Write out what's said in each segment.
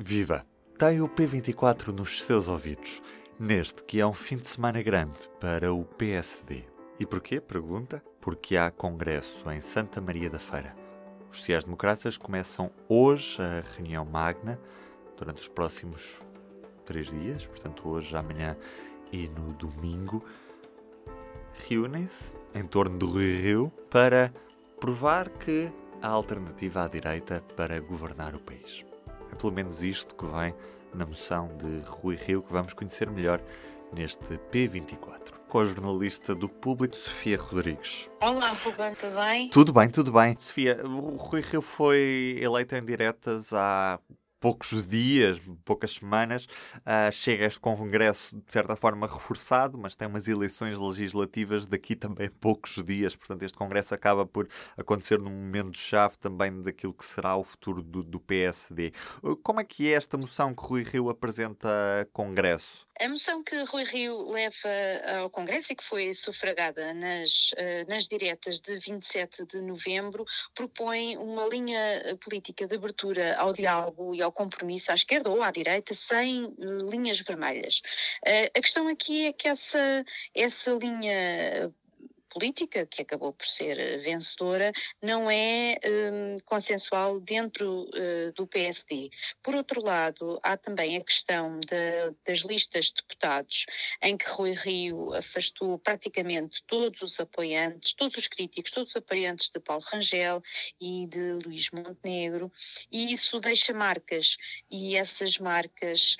Viva! Tem o P24 nos seus ouvidos, neste que é um fim de semana grande para o PSD. E porquê? Pergunta. Porque há congresso em Santa Maria da Feira. Os sociais-democratas começam hoje a reunião magna, durante os próximos 3 dias, portanto hoje, amanhã e no domingo, reúnem-se em torno do Rui Rio para provar que há alternativa à direita para governar o país. É pelo menos isto que vem na moção de Rui Rio, que vamos conhecer melhor neste P24. Com a jornalista do Público, Sofia Rodrigues. Olá, Ruben, tudo bem? Tudo bem, tudo bem. Sofia, o Rui Rio foi eleito em diretas há poucos dias, poucas semanas. Chega a este congresso de certa forma reforçado, mas tem umas eleições legislativas daqui também a poucos dias. Portanto, este congresso acaba por acontecer num momento-chave também daquilo que será o futuro do PSD. Como é que é esta moção que Rui Rio apresenta a congresso? A moção que Rui Rio leva ao Congresso e que foi sufragada nas diretas de 27 de novembro propõe uma linha política de abertura ao diálogo e ao compromisso à esquerda ou à direita sem linhas vermelhas. A questão aqui é que essa linha política, que acabou por ser vencedora, não é consensual dentro do PSD. Por outro lado, há também a questão das listas de deputados, em que Rui Rio afastou praticamente todos os apoiantes, todos os críticos, todos os apoiantes de Paulo Rangel e de Luís Montenegro, e isso deixa marcas, e essas marcas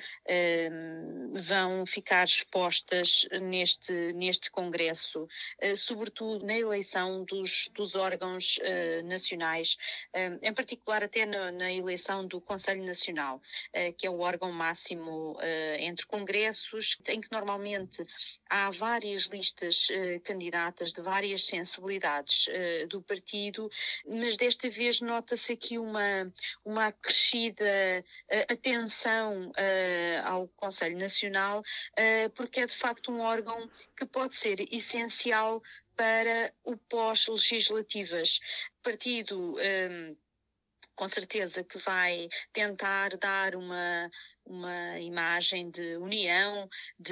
vão ficar expostas neste congresso, sobretudo na eleição dos órgãos nacionais, em particular até na eleição do Conselho Nacional, que é o órgão máximo entre congressos, em que normalmente há várias listas candidatas de várias sensibilidades do partido, mas desta vez nota-se aqui uma acrescida atenção ao Conselho Nacional, porque é de facto um órgão que pode ser essencial para o pós-legislativas. O partido com certeza que vai tentar dar uma imagem de união,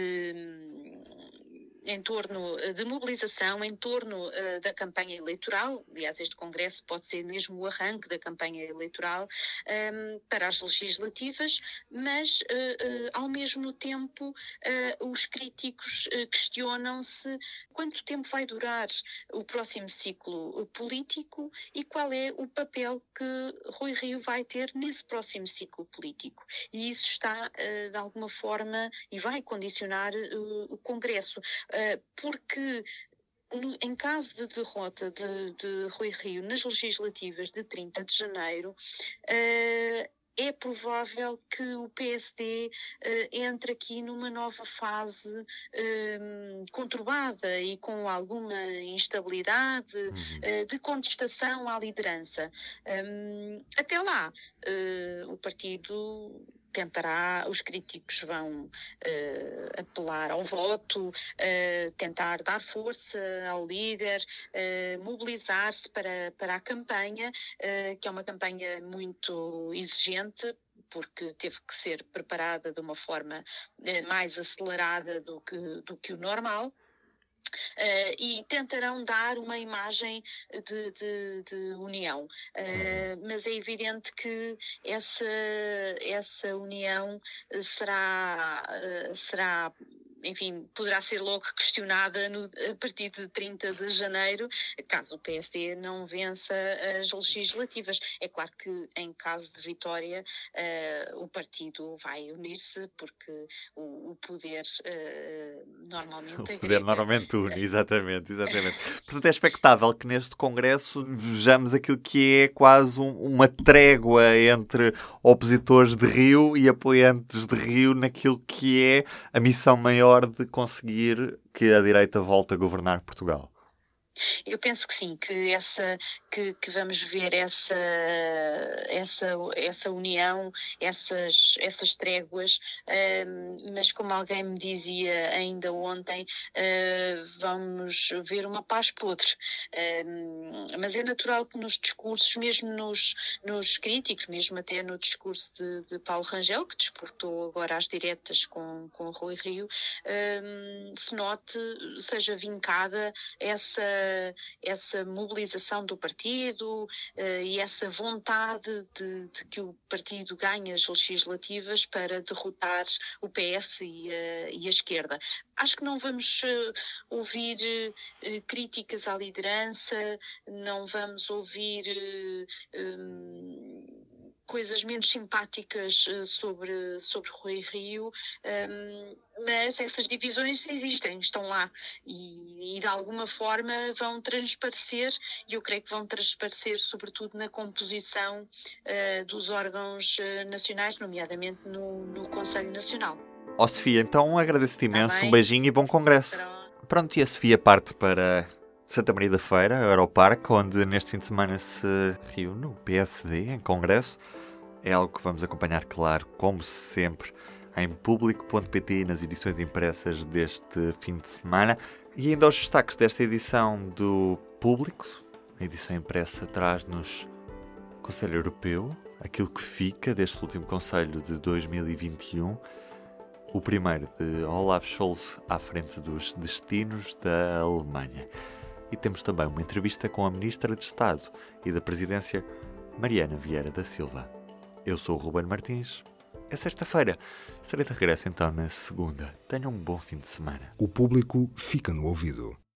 em torno de mobilização, em torno da campanha eleitoral. Aliás, este congresso pode ser mesmo o arranque da campanha eleitoral para as legislativas, mas ao mesmo tempo os críticos questionam-se quanto tempo vai durar o próximo ciclo político e qual é o papel que Rui Rio vai ter nesse próximo ciclo político. E isso está, de alguma forma, e vai condicionar o Congresso, porque em caso de derrota de Rui Rio nas legislativas de 30 de janeiro, é provável que o PSD entre aqui numa nova fase conturbada e com alguma instabilidade, de contestação à liderança. Até lá, o partido tentará, os críticos vão apelar ao voto, tentar dar força ao líder, mobilizar-se para a campanha, que é uma campanha muito exigente, porque teve que ser preparada de uma forma mais acelerada do que o normal. E tentarão dar uma imagem de união. Mas é evidente que essa união será, enfim, poderá ser logo questionada a partir de 30 de janeiro, caso o PSD não vença as legislativas. É claro que, em caso de vitória, o partido vai unir-se, porque o poder normalmente agrega. O poder normalmente une, exatamente. Portanto, é expectável que neste congresso vejamos aquilo que é quase uma trégua entre opositores de Rio e apoiantes de Rio naquilo que é a missão maior de conseguir que a direita volte a governar Portugal. Eu penso que sim, que que vamos ver essa união, essas tréguas, mas como alguém me dizia ainda ontem, vamos ver uma paz podre. Mas é natural que nos discursos, mesmo nos críticos, mesmo até no discurso de Paulo Rangel, que disputou agora às diretas com Rui Rio, se note, seja vincada essa mobilização do partido e essa vontade de que o partido ganhe as legislativas para derrotar o PS e a esquerda. Acho que não vamos ouvir críticas à liderança, não vamos ouvir coisas menos simpáticas sobre Rui Rio, mas essas divisões existem, estão lá e de alguma forma vão transparecer, e eu creio que vão transparecer sobretudo na composição dos órgãos nacionais, nomeadamente no Conselho Nacional. Sofia, então agradeço-te imenso, um beijinho e bom congresso. Pronto, e a Sofia parte para Santa Maria da Feira, Europarque, onde neste fim de semana se reúne o PSD em congresso. É algo que vamos acompanhar, claro, como sempre, em público.pt e nas edições impressas deste fim de semana. E ainda aos destaques desta edição do Público, a edição impressa traz-nos Conselho Europeu, aquilo que fica deste último Conselho de 2021, o primeiro de Olaf Scholz à frente dos destinos da Alemanha. E temos também uma entrevista com a Ministra de Estado e da Presidência, Mariana Vieira da Silva. Eu sou o Ruben Martins. É sexta-feira. Estarei de regresso então na segunda. Tenham um bom fim de semana. O Público fica no ouvido.